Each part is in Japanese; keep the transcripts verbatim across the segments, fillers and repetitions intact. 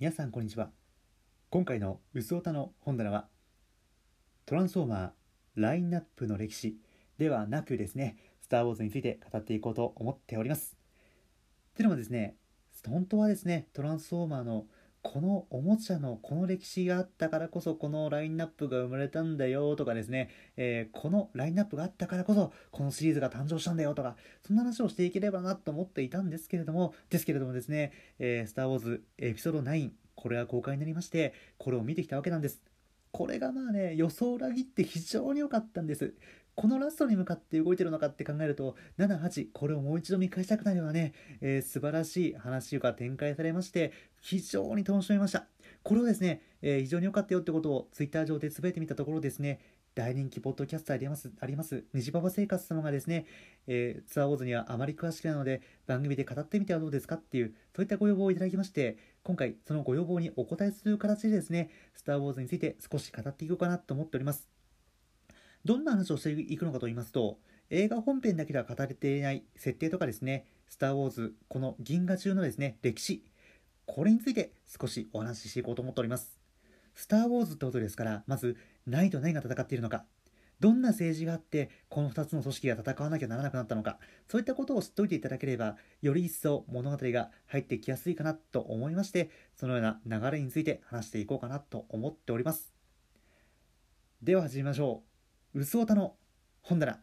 皆さんこんにちは。今回のうすおたの本棚はトランスフォーマーラインナップの歴史ではなくですね、スターウォーズについて語っていこうと思っております。というのもですね、本当はですね、トランスフォーマーのこのおもちゃのこの歴史があったからこそこのラインナップが生まれたんだよとかですね、えー、このラインナップがあったからこそこのシリーズが誕生したんだよとか、そんな話をしていければなと思っていたんですけれどもですけれどもですね、えー、スターウォーズエピソードナイン、これが公開になりまして、これを見てきたわけなんです。これがまあね、予想を裏切って非常に良かったんです。このラストに向かって動いてるのかって考えると、なな、はち、これをもう一度見返したくなるようなね、えー、素晴らしい話が展開されまして、非常に楽しめました。これをですね、えー、非常に良かったよってことをツイッター上でつぶやいてみたところですね、大人気ポッドキャスターでありますあります虹パパ生活様がですね、えー、スターウォーズにはあまり詳しくないので番組で語ってみてはどうですかっていう、そういったご要望をいただきまして、今回そのご要望にお答えする形でですね、スターウォーズについて少し語っていこうかなと思っております。どんな話をしていくのかと言いますと、映画本編だけでは語れていない設定とかですね、スターウォーズこの銀河中のですね歴史、これについて少しお話ししていこうと思っております。スターウォーズってことですから、まず何と何が戦っているのか、どんな政治があってこのふたつの組織が戦わなきゃならなくなったのか、そういったことを知っておいていただければ、より一層物語が入ってきやすいかなと思いまして、そのような流れについて話していこうかなと思っております。では始めましょう。うすおたの本棚。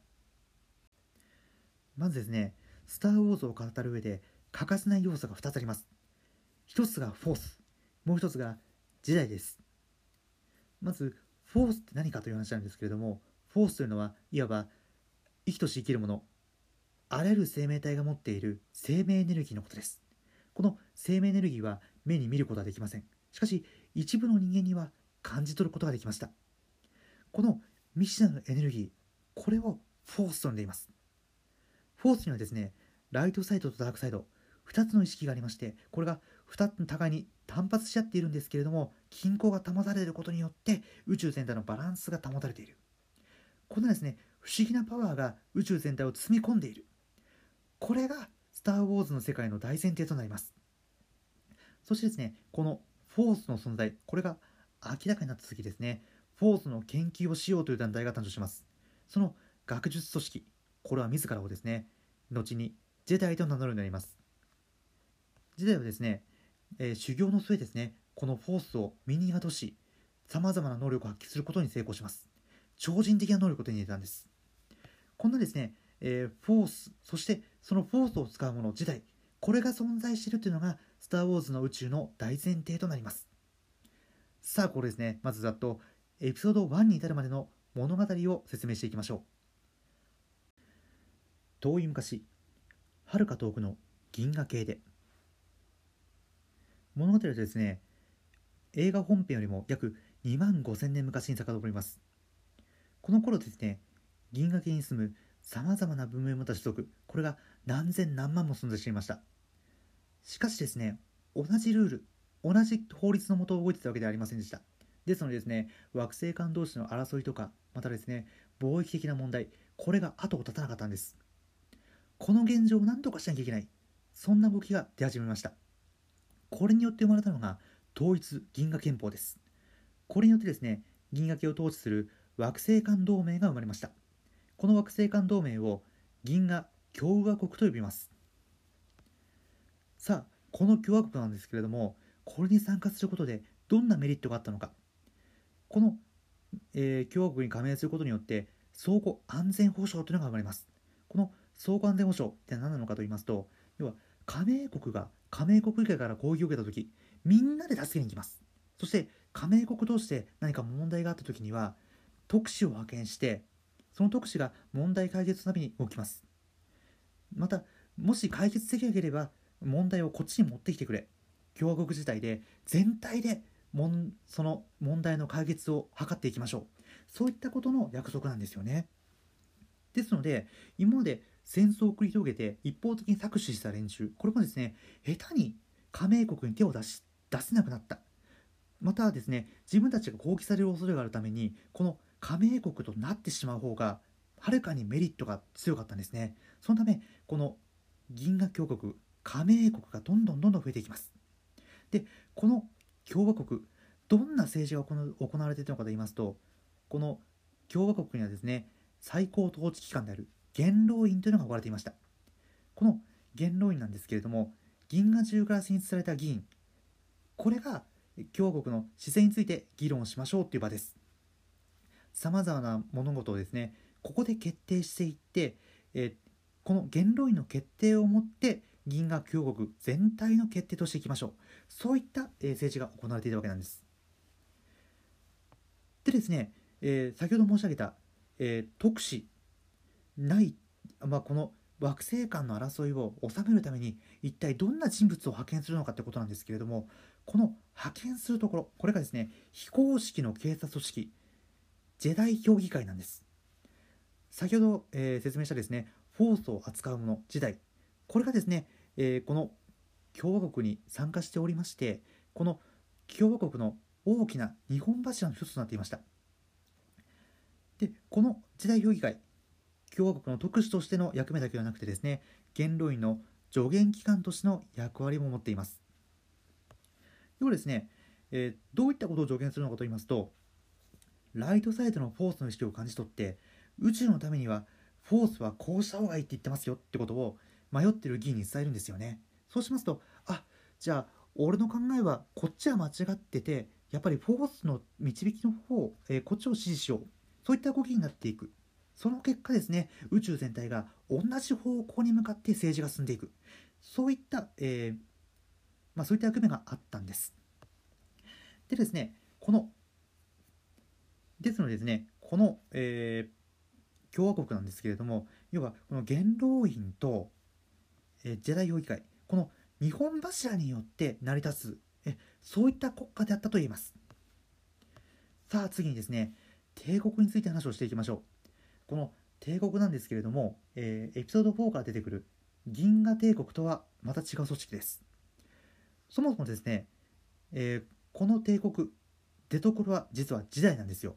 まずですね、スターウォーズを語る上で欠かせない要素がふたつあります。ひとつがフォース、もうひとつがジェダイです。まずフォースって何かという話なんですけれども、フォースというのはいわば生きとし生きるもの、あらゆる生命体が持っている生命エネルギーのことです。この生命エネルギーは目に見ることはできません。しかし一部の人間には感じ取ることができました。この未知なるエネルギー、これをフォースと呼んでいます。フォースにはですね、ライトサイドとダークサイド、ふたつの意識がありまして、これがふたつ互いに単発し合っているんですけれども、均衡が保たれることによって宇宙全体のバランスが保たれている。このですね、不思議なパワーが宇宙全体を包み込んでいる。これがスター・ウォーズの世界の大前提となります。そしてですね、このフォースの存在、これが明らかになった時ですね、フォースの研究をしようという団体が誕生します。その学術組織、これは自らをですね、後にジェダイと名乗るようになります。ジェダイはですね、えー修行の末ですね、このフォースを身に宿し、さまざまな能力を発揮することに成功します。超人的な能力を手に入れたんです。こんなですね、えーフォース、そしてそのフォースを使うもの、ジェダイ、これが存在しているというのがスター・ウォーズの宇宙の大前提となります。さあ、これですね、まずざっとエピソードワンに至るまでの物語を説明していきましょう。遠い昔、はるか遠くの銀河系で、物語はですね、映画本編よりも約にまんごせんねん昔に遡ります。この頃ですね、銀河系に住むさまざまな文明を持った種族、これが何千何万も存在していました。しかしですね、同じルール、同じ法律のもと動いていたわけではありませんでした。ですのでですね、惑星間同士の争いとか、またですね、貿易的な問題、これが後を絶たなかったんです。この現状を何とかしなきゃいけない、そんな動きが出始めました。これによって生まれたのが統一銀河憲法です。これによってですね、銀河系を統治する惑星間同盟が生まれました。この惑星間同盟を銀河共和国と呼びます。さあ、この共和国なんですけれども、これに参加することでどんなメリットがあったのか。この、えー共和国に加盟することによって相互安全保障というのが生まれます。この相互安全保障って何なのかと言いますと、要は加盟国が加盟国以外から攻撃を受けたとき、みんなで助けに行きます。そして加盟国同士で何か問題があったときには、特使を派遣して、その特使が問題解決のために動きます。また、もし解決できなければ、問題をこっちに持ってきてくれ。共和国自体で全体でもんその問題の解決を図っていきましょう。そういったことの約束なんですよね。ですので、今まで戦争を繰り広げて一方的に搾取した連中、これもですね、下手に加盟国に手を出し出せなくなった。またはですね、自分たちが攻撃される恐れがあるために、この加盟国となってしまう方がはるかにメリットが強かったんですね。そのため、この銀河共和国、加盟国がどんどんどんどん増えていきます。で、この共和国、どんな政治が行われているのかと言いますと、この共和国にはですね、最高統治機関である元老院というのが置かれていました。この元老院なんですけれども、銀河中から選出された議員、これが共和国の姿勢について議論しましょうという場です。さまざまな物事をですね、ここで決定していって、えー、この元老院の決定をもって銀河共和国全体の決定としていきましょう。そういった、えー、政治が行われているわけなんです。でですね、えー、先ほど申し上げた、えー、特使ない、まあ、この惑星間の争いを収めるために一体どんな人物を派遣するのかってことなんですけれども、この派遣するところ、これがですね、非公式の警察組織ジェダイ評議会なんです。先ほど、えー、説明したですね、フォースを扱うものジェダイ、これがですね、えー、この共和国に参加しておりまして、この共和国の大きな日本柱の一つとなっていました。で、このジェダイ評議会、共和国の特使としての役目だけではなくてですね、元老院の助言機関としての役割も持っています。要はですね、えー、どういったことを助言するのかと言いますと、ライトサイドのフォースの意識を感じ取って、宇宙のためにはフォースはこうした方がいいって言ってますよってことを迷っている議員に伝えるんですよね。そうしますと、あ、じゃあ俺の考えはこっちは間違ってて、やっぱりフォースの導きの方、えー、こっちを支持しよう、そういった動きになっていく。その結果ですね、宇宙全体が同じ方向に向かって政治が進んでいく、そういった、えーまあ、そういった役目があったんです。でですね、このですのでですね、この、えー、共和国なんですけれども、要はこの元老院と、えー、ジェダイ評議会、この日本柱によって成り立つ、えそういった国家であったと言えます。さあ次にですね、帝国について話をしていきましょう。この帝国なんですけれども、えー、エピソードフォーから出てくる銀河帝国とはまた違う組織です。そもそもですね、えー、この帝国、出所は実は時代なんですよ。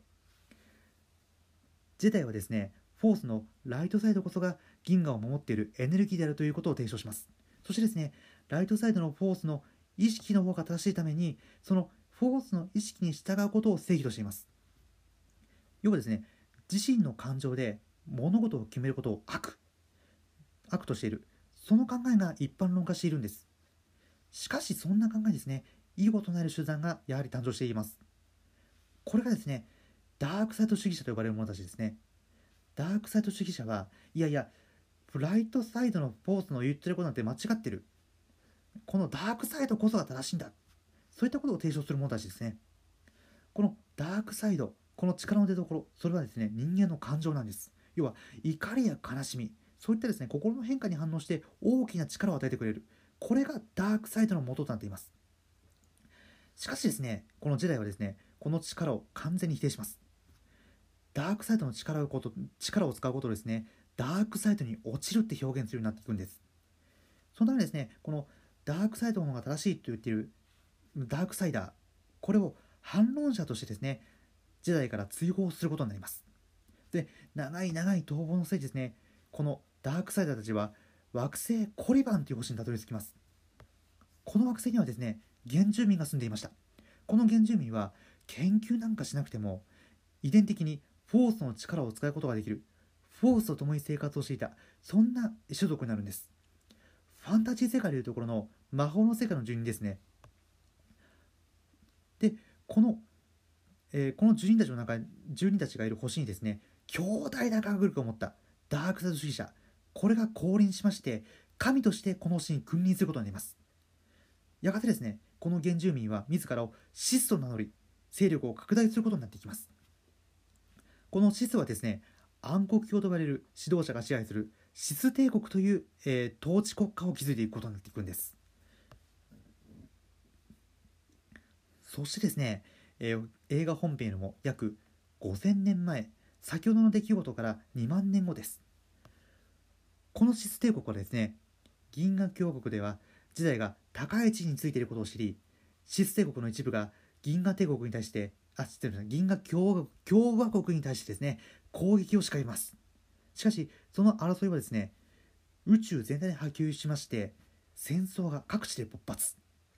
ジェダイはですね、フォースのライトサイドこそが銀河を守っているエネルギーであるということを提唱します。そしてですね、ライトサイドのフォースの意識の方が正しいために、そのフォースの意識に従うことを正義としています。要はですね、自身の感情で物事を決めることを悪、悪としている。その考えが一般論化しているんです。しかしそんな考えですね、異語となる手段がやはり誕生しています。これがですね、ダークサイド主義者と呼ばれる者たちですね。ダークサイド主義者は、いやいや、ライトサイドのフォースの言ってることなんて間違ってる。このダークサイドこそが正しいんだ。そういったことを提唱する者たちですね。このダークサイド、この力の出所、それはですね、人間の感情なんです。要は、怒りや悲しみ、そういったですね、心の変化に反応して大きな力を与えてくれる。これがダークサイドの元となっています。しかしですね、このジェダイはですね、この力を完全に否定します。ダークサイドの力をこと力を使うことをですね、ダークサイドに落ちるって表現するようになっていくんです。そのためですね、このダークサイドの方が正しいと言っているダークサイダー、これを反論者としてですね、ジェダイから追放することになります。で、長い長い逃亡のせいですね、このダークサイダーたちは惑星コリバンという星にたどり着きます。この惑星にはですね、原住民が住んでいました。この原住民は研究なんかしなくても遺伝的にフォースの力を使うことができる、フォースと共に生活をしていた、そんな種族になるんです。ファンタジー世界でいうところの魔法の世界の住人ですね。で、この、えーこの住人たちの中住人たちがいる星にですね、強大な科学力を持ったダークサイド主義者、これが降臨しまして、神としてこの星に君臨することになります。やがてですね、この原住民は自らをシスと名乗り、勢力を拡大することになっていきます。このシスはですね、暗黒教と呼ばれる指導者が支配するシス帝国という、えー統治国家を築いていくことになっていくんです。そしてですね、えー映画本編よりも約ごせんねんまえ、先ほどの出来事からにまんねんごです。このシス帝国はですね、銀河共和国では時代が高い位置についていることを知り、シス帝国の一部が銀河帝国に対して、あ、失礼しました、銀河共和共和国に対してですね、攻撃を仕掛けます。しかし、その争いはですね、宇宙全体に波及しまして、戦争が各地で勃発。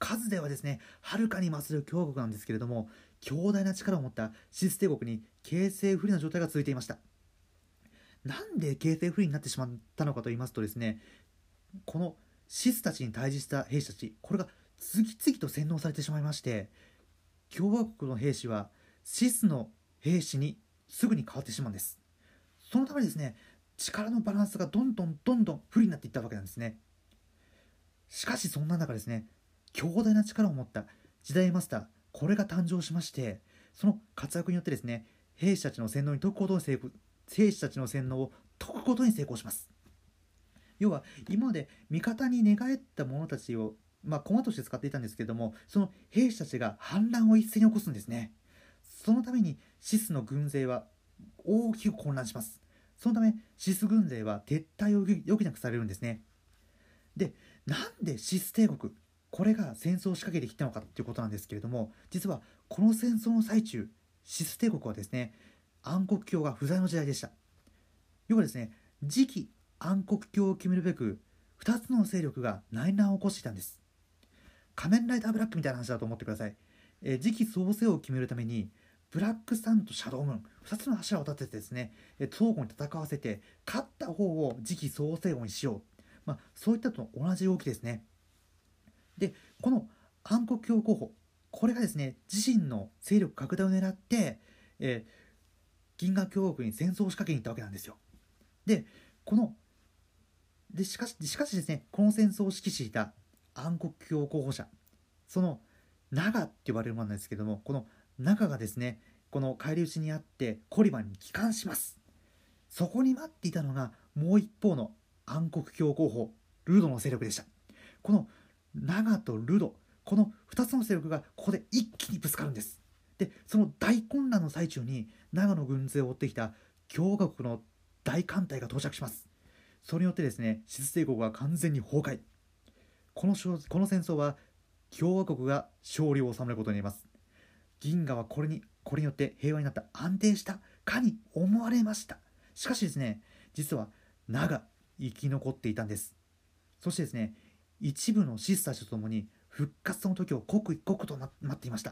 数ではですねはるかに勝る強国なんですけれども、強大な力を持ったシス帝国に形勢不利な状態が続いていました。なんで形勢不利になってしまったのかと言いますとですね、このシスたちに対峙した兵士たち、これが次々と洗脳されてしまいまして、共和国の兵士はシスの兵士にすぐに変わってしまうんです。そのためにですね、力のバランスがどんどんどんどん不利になっていったわけなんですね。しかしそんな中ですね、強大な力を持った時代マスター、これが誕生しまして、その活躍によってですね、兵士たちの洗脳に解くことに成功兵士たちの洗脳を解くことに成功します。要は今まで味方に寝返った者たちを、まあ、駒として使っていたんですけれども、その兵士たちが反乱を一斉に起こすんですね。そのためにシスの軍勢は大きく混乱します。そのためシス軍勢は撤退を余儀なくされるんですね。で、なんでシス帝国これが戦争を仕掛けてきたのかということなんですけれども、実はこの戦争の最中、シス帝国はですね、暗黒教が不在の時代でした。要はですね、次期暗黒教を決めるべくふたつの勢力が内乱を起こしていたんです。仮面ライダーブラックみたいな話だと思ってください。えー、次期創世を決めるためにブラックサンとシャドウムーンふたつの柱を立ててですね、えー、相互に戦わせて勝った方を次期創世王にしよう、まあ、そういったと同じ動きですね。で、この暗黒教候補、これがですね自身の勢力拡大を狙って、えー、銀河共和国に戦争を仕掛けに行ったわけなんですよ。で、このでしかししかしですね、この戦争を指揮していた暗黒教候補者、そのナガって呼ばれるものなんですけども、このナガがですね、この返り討ちにあってコリバンに帰還します。そこに待っていたのがもう一方の暗黒教候補ルドの勢力でした。このナガとルド、このふたつの勢力がここで一気にぶつかるんです。で、その大混乱の最中にナガの軍勢を追ってきた共和国の大艦隊が到着します。それによってですね、シス帝国は完全に崩壊。このこの戦争は共和国が勝利を収めることになります。銀河はこれにこれによって平和になった、安定したかに思われました。しかしですね、実はナが生き残っていたんです。そしてですね、一部のシスたちとともに復活の時を刻一刻と待っていました。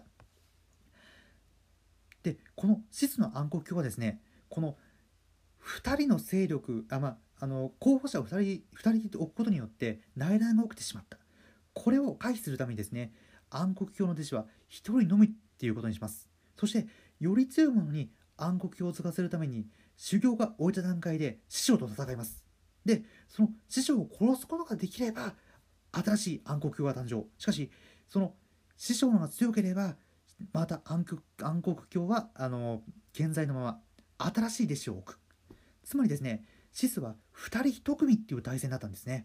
で、このシスの暗黒教はですね、このふたりの勢力、あ、まあ、あの候補者をふたり、ふたり置くことによって内乱が起きてしまった。これを回避するためにですね、暗黒教の弟子はひとりのみっていうことにします。そしてより強いものに暗黒教を継がせるために修行が終えた段階で師匠と戦います。で、その師匠を殺すことができれば新しい暗黒教が誕生。しかしその師匠のが強ければまた暗黒、暗黒教はあの健在のまま新しい弟子を置く。つまりですね、シスはふたりいち組っていう対戦だったんですね。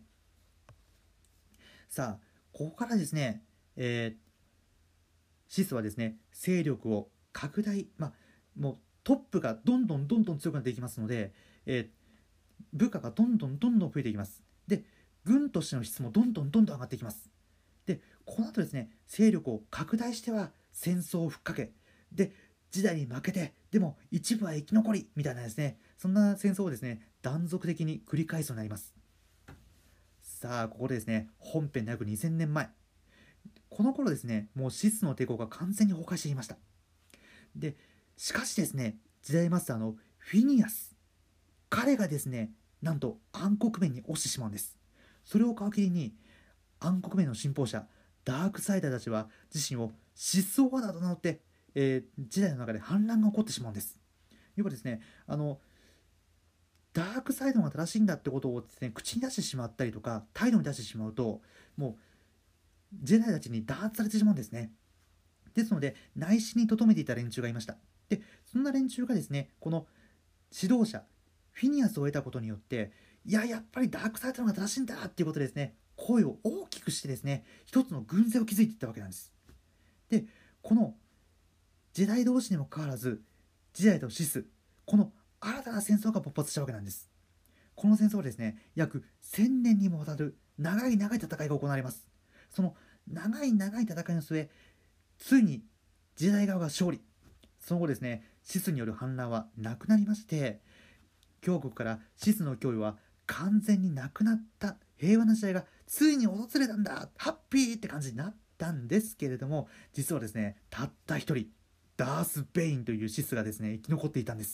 さあ、ここからですね、えー、シスはですね、勢力を拡大、まあ、もうトップがどんどんどんどん強くなっていきますので、えー、部下がどんどんどんどん増えていきます。で、軍としての質もどんどんどんどん上がっていきます。で、この後ですね、勢力を拡大しては戦争をふっかけ、で、時代に負けて、でも一部は生き残りみたいなですね、そんな戦争をですね、断続的に繰り返すようになります。さあ、ここでですね、本編の約にせんねんまえ、この頃ですね、もうシスの帝国が完全に崩壊していました。で、しかしですね、時代マスターのフィニアス、彼がですね、なんと暗黒面に落ちてしまうんです。それを皮切りに暗黒面の信奉者ダークサイダーたちは自身をシスオーダーと名乗って、えー、時代の中で反乱が起こってしまうんです。要はですね、あのダークサイドが正しいんだってことをですね、口に出してしまったりとか態度に出してしまうと、もうジェダイたちに弾圧されてしまうんですね。ですので内心に留めていた連中がいました。で、そんな連中がですね、この指導者フィニアスを得たことによって、いややっぱりダークサイドの方が正しいんだっていうことでですね、声を大きくしてですね、一つの軍勢を築いていったわけなんです。で、この時代同士にもかかわらず、時代とシス、この新たな戦争が勃発したわけなんです。この戦争はですね、約せんねんにもわたる長い長い戦いが行われます。その長い長い戦いの末、ついに時代側が勝利。その後ですね、シスによる反乱はなくなりまして、強国からシスの脅威は完全になくなった平和な時代がついに訪れたんだ、ハッピーって感じになっったんですけれども、実はですね、たった一人ダース・ベインというシスがですね生き残っていたんです。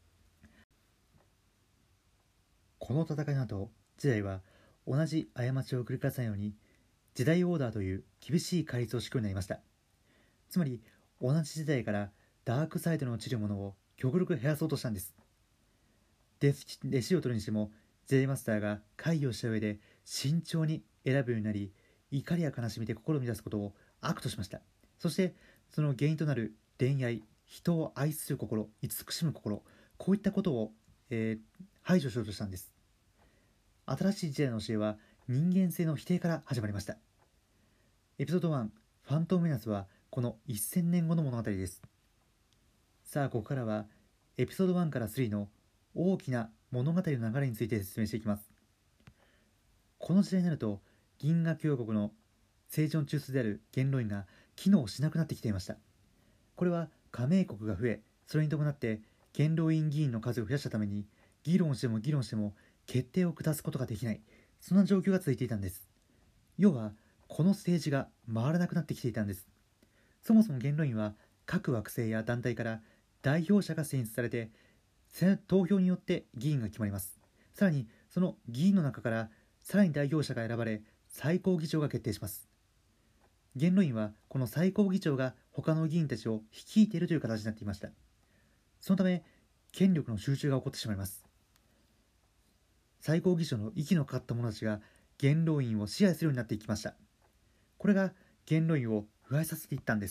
この戦いの後、ジェダイは同じ過ちを繰り返さないようにジェダイオーダーという厳しい戒律を敷くようになりました。つまり同じ時代からダークサイドの落ちるものを極力減らそうとしたんです。弟子を取るにしても、ジェダイマスターが会議をした上で慎重に選ぶようになり、怒りや悲しみで心を乱すことを悪としました。そしてその原因となる恋愛、人を愛する心、慈しむ心、こういったことを、えー、排除しようとしたんです。新しい時代の教えは人間性の否定から始まりました。エピソードワン、ファントムメナスはこのせんねんごの物語です。さあ、ここからはエピソードワンからスリーの大きな物語の流れについて説明していきます。この時代になると、銀河共和国の政治の中枢である元老院が機能しなくなってきていました。これは加盟国が増え、それに伴って元老院議員の数を増やしたために、議論しても議論しても決定を下すことができない、そんな状況が続いていたんです。要はこの政治が回らなくなってきていたんです。そもそも元老院は各惑星や団体から代表者が選出されて、投票によって議員が決まります。さらにその議員の中からさらに代表者が選ばれ、最高議長が決定します。元老院はこの最高議長が他の議員たちを率いているという形になっていました。そのため権力の集中が起こってしまいます。最高議長の息のかかった者たちが元老院を支配するようになっていきました。これが元老院を腐敗させていったんです。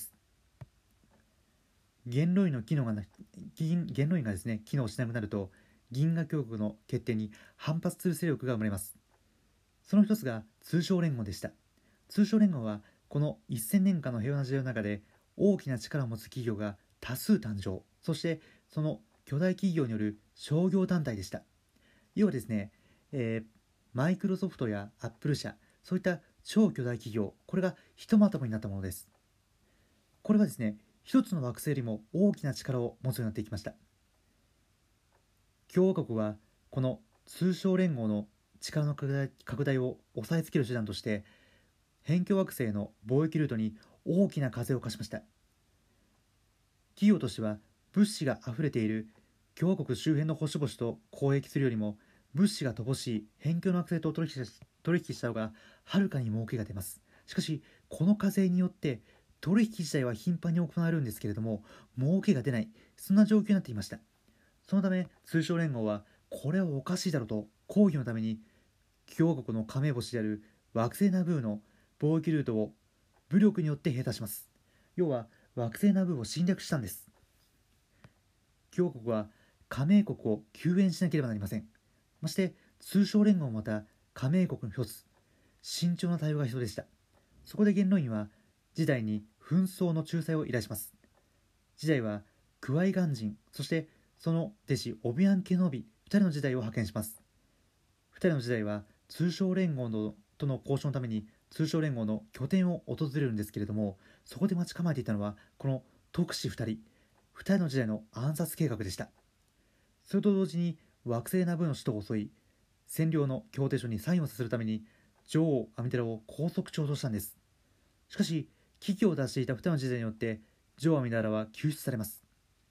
元老院の機能がな元老院がですね機能しなくなると、銀河共和国の決定に反発する勢力が生まれます。その一つが通商連合でした。通商連合はこのせんねんかんの平和な時代の中で大きな力を持つ企業が多数誕生、そしてその巨大企業による商業団体でした。要はですね、えー、マイクロソフトやアップル社、そういった超巨大企業、これがひとまとめになったものです。これはですね、一つの惑星よりも大きな力を持つようになっていきました。共和国はこの通商連合の力の拡大拡大を抑えつける手段として、辺境惑星の貿易ルートに大きな風を貸しました。企業としては物資があふれている共和国周辺の星々と交易するよりも、物資が乏しい辺境の惑星と取引し取引した方がはるかに儲けが出ます。しかしこの課税によって取引自体は頻繁に行われるんですけれども、儲けが出ない、そんな状況になっていました。そのため通商連合はこれはおかしいだろうと抗議のために、共和国の加盟星である惑星ナブーの貿易ルートを武力によって閉鎖します。要は惑星ナブーを侵略したんです。共和国は加盟国を救援しなければなりません。まして通商連合もまた加盟国の一つ、慎重な対応が必要でした。そこで元老院は時代に紛争の仲裁を依頼します。時代はクワイガン人、そしてその弟子オビアン・ケノビふたりの時代を派遣します。ふたりの時代は通商連合のとの交渉のために通商連合の拠点を訪れるんですけれども、そこで待ち構えていたのはこの特使ふたりふたりの時代の暗殺計画でした。それと同時に惑星ナブーの首都を襲い、占領の協定書にサインをさせるために女王アミテラを拘束しようとしたんです。しかし危機を脱していたふたりの時代によって女王アミテラは救出されます。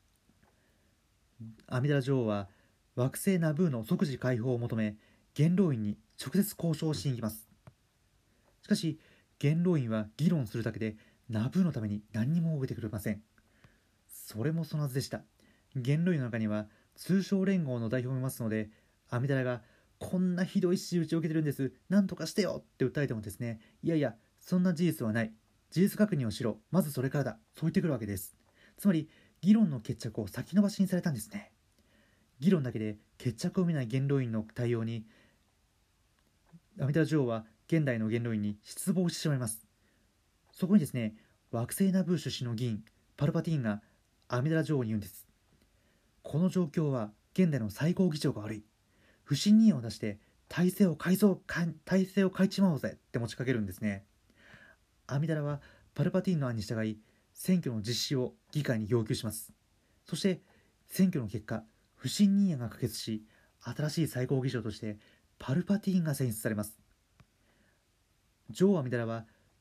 アミテラ女王は惑星ナブーの即時解放を求め、元老院に直接交渉をしに行きます。しかし元老院は議論するだけでナブーのために何にも動いてくれません。それもそのはずでした。元老院の中には通商連合の代表もいますので、アミダラがこんなひどい仕打ちを受けてるんです、なんとかしてよって訴えてもですね、いやいやそんな事実はない、事実確認をしろ、まずそれからだ、そう言ってくるわけです。つまり議論の決着を先延ばしにされたんですね。議論だけで決着を見ない元老院の対応に、アミダラ女王は現代の元老院に失望してしまいます。そこにですね、惑星ナブー出身の議員パルパティーンがアミダラ女王に言うんです。この状況は現代の最高議長が悪い、不信任案を出して体制を改造体制を変えちまおうぜって持ちかけるんですね。アミダラはパルパティーンの案に従い選挙の実施を議会に要求します。そして選挙の結果、不信任案が可決し、新しい最高議長としてパルパティーンが選出されます。女王アミダラは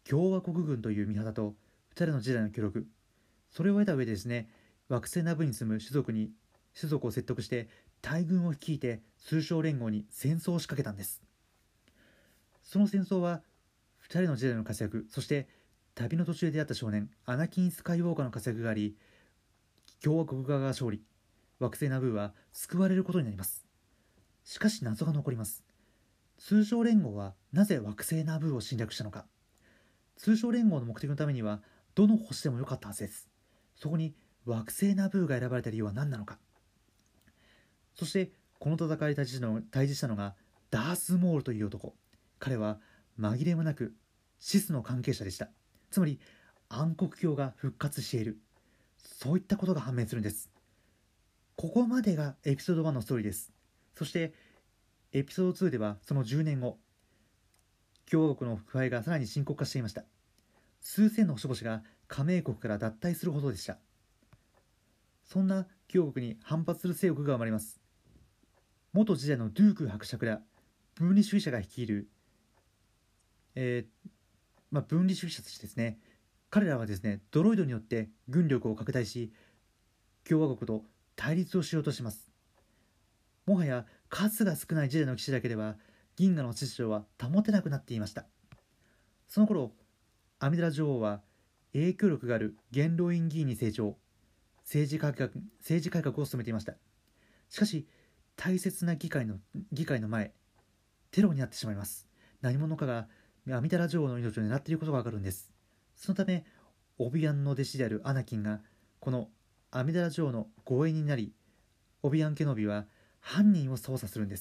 共和国軍という見旗とふたりの時代の協力、それを得た上でですね、惑星ナブに住む種族に種族を説得して大軍を率いて通商連合に戦争を仕掛けたんです。その戦争はふたりの時代の活躍、そして旅の途中で出会った少年アナキン・スカイウォーカーの活躍があり、共和国側が勝利、惑星ナブーは救われることになります。しかし謎が残ります。通商連合はなぜ惑星ナブーを侵略したのか。通商連合の目的のためにはどの星でもよかったはずです。そこに惑星ナブーが選ばれた理由は何なのか。そしてこの戦いで対峙したの対峙したのがダースモールという男。彼は紛れもなくシスの関係者でした。つまり暗黒教が復活している、そういったことが判明するんです。ここまでがエピソードワンのストーリーです。そしてエピソードツーではそのじゅうねんご、共和国の腐敗がさらに深刻化していました。数千の星々が加盟国から脱退するほどでした。そんな共和国に反発する勢力が生まれます。元時代のドゥーク伯爵ら分離主義者が率いる、えーまあ、分離主義者たちですね。彼らはですね、ドロイドによって軍力を拡大し、共和国と対立をしようとします。もはや数が少ない時代の騎士だけでは銀河の秩序は保てなくなっていました。その頃阿弥陀女王は影響力がある元老院議員に成長、政治改革政治改革を進めていました。しかし大切な議会の議会の前、テロになってしまいます。何者かが阿弥陀女王の命を狙っていることがわかるんです。そのためオビアンの弟子であるアナキンがこの阿弥陀女王の護衛になり、オビアン・ケノビは犯人を捜査するんです。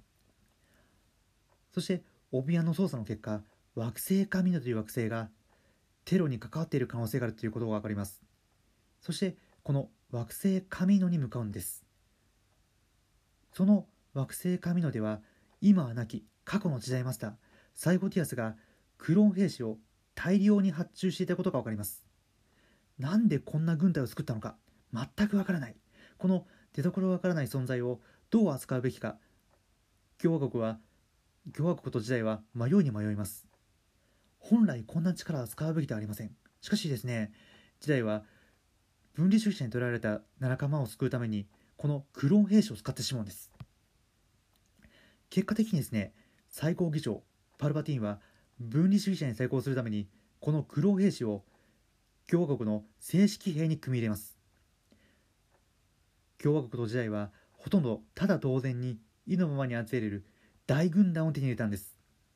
そしてオビアンの捜査の結果、惑星カミノという惑星がテロに関わっている可能性があるということが分かります。そしてこの惑星カミノに向かうんです。その惑星カミノでは今は亡き過去の時代マスターサイゴティアスがクローン兵士を大量に発注していたことが分かります。なんでこんな軍隊を作ったのか全く分からない。この出所わからない存在をどう扱うべきか、共和国は共和国と時代は迷いに迷います。本来こんな力は使うべきではありません。しかしですね、時代は分離主義者に取られた仲間を救うためにこのクローン兵士を使ってしまうんです。結果的にですね、最高議長パルパティーンは分離主義者に対抗するためにこのクローン兵士を共和国の正式兵に組み入れます。共和国と時代はほとんどただ同然に意のままに集めれる大軍団を手に入れたんです。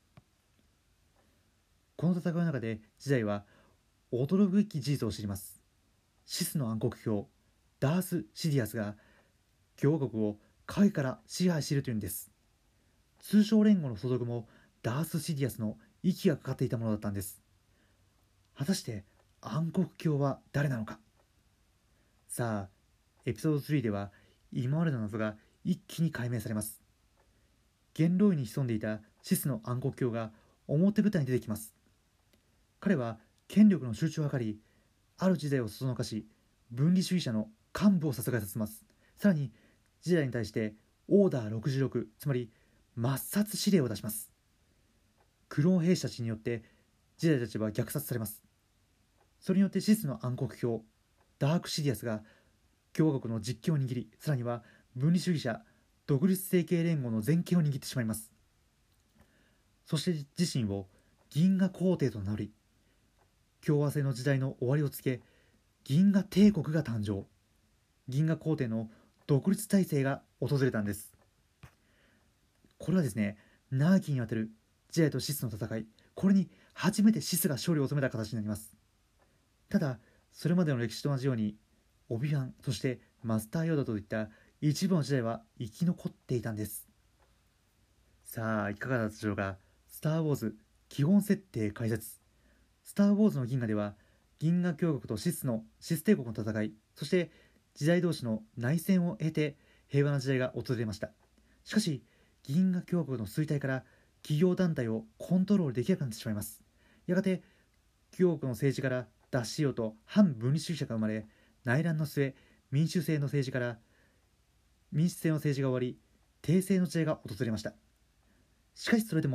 この戦いの中で時代は驚くべき事実を知ります。シスの暗黒教ダース・シディアスが共和国を影から支配しているというんです。通商連合の所属もダース・シディアスの息がかかっていたものだったんです。果たして暗黒教は誰なのか。さあエピソードスリーでは今までの謎が一気に解明されます。元老院に潜んでいたシスの暗黒教が表舞台に出てきます。彼は権力の集中を図り、ある時代をそそのかし分離主義者の幹部を殺害させます。さらに時代に対してオーダーろくじゅうろく、つまり抹殺指令を出します。クローン兵士たちによって時代たちは虐殺されます。それによってシスの暗黒教ダークシディアスが共和国の実権を握り、さらには分離主義者独立政経連合の全権を握ってしまいます。そして自身を銀河皇帝と名乗り、共和制の時代の終わりを告げ、銀河帝国が誕生、銀河皇帝の独立体制が訪れたんです。これはですね、長きにわたる時代とシスの戦い、これに初めてシスが勝利を収めた形になります。ただそれまでの歴史と同じようにオビワン、そしてマスターヨーダといった一部の時代は生き残っていたんです。さあいかがだったでしょうか。スターウォーズ基本設定解説。スターウォーズの銀河では銀河共和国とシスのシス帝国の戦い、そして時代同士の内戦を経て平和な時代が訪れました。しかし銀河共和国の衰退から企業団体をコントロールできなくなってしまいます。やがて共和国の政治から脱しようと反分離主義者が生まれ、内乱の末民主制の政治から民主制の政治が終わり帝政の時代が訪れました。しかしそれでも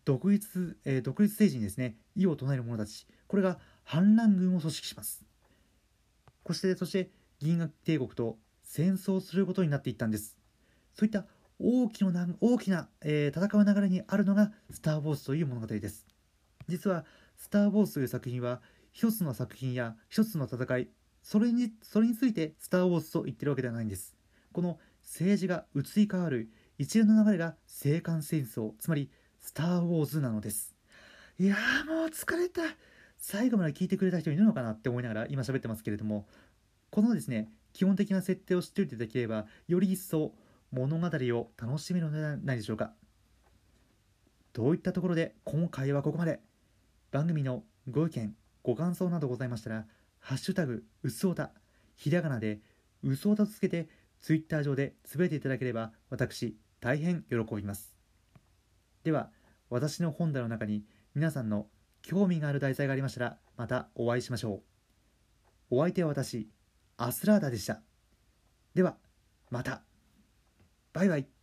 独立、えー独立政治にですね異を唱える者たち、これが反乱軍を組織します。そしてそして銀河帝国と戦争することになっていったんです。そういった大きな大きな、えー戦う流れにあるのがスター・ウォーズという物語です。実はスター・ウォーズという作品は一つの作品や一つの戦い、それにそれについてスター・ウォーズと言ってるわけではないんです。この政治が移り変わる一連の流れが青函戦争、つまりスター・ウォーズなのです。いやーもう疲れた。最後まで聞いてくれた人いるのかなって思いながら今喋ってますけれども、このですね基本的な設定を知っておいていただければより一層物語を楽しめるのではないでしょうか。といったところで今回はここまで。番組のご意見ご感想などございましたら、ハッシュタグうすおた、ひらがなでうすおたとつけてツイッター上でつぶやいていただければ私大変喜びます。では私の本棚の中に皆さんの興味がある題材がありましたらまたお会いしましょう。お相手は私アスラーダでした。ではまた。バイバイ。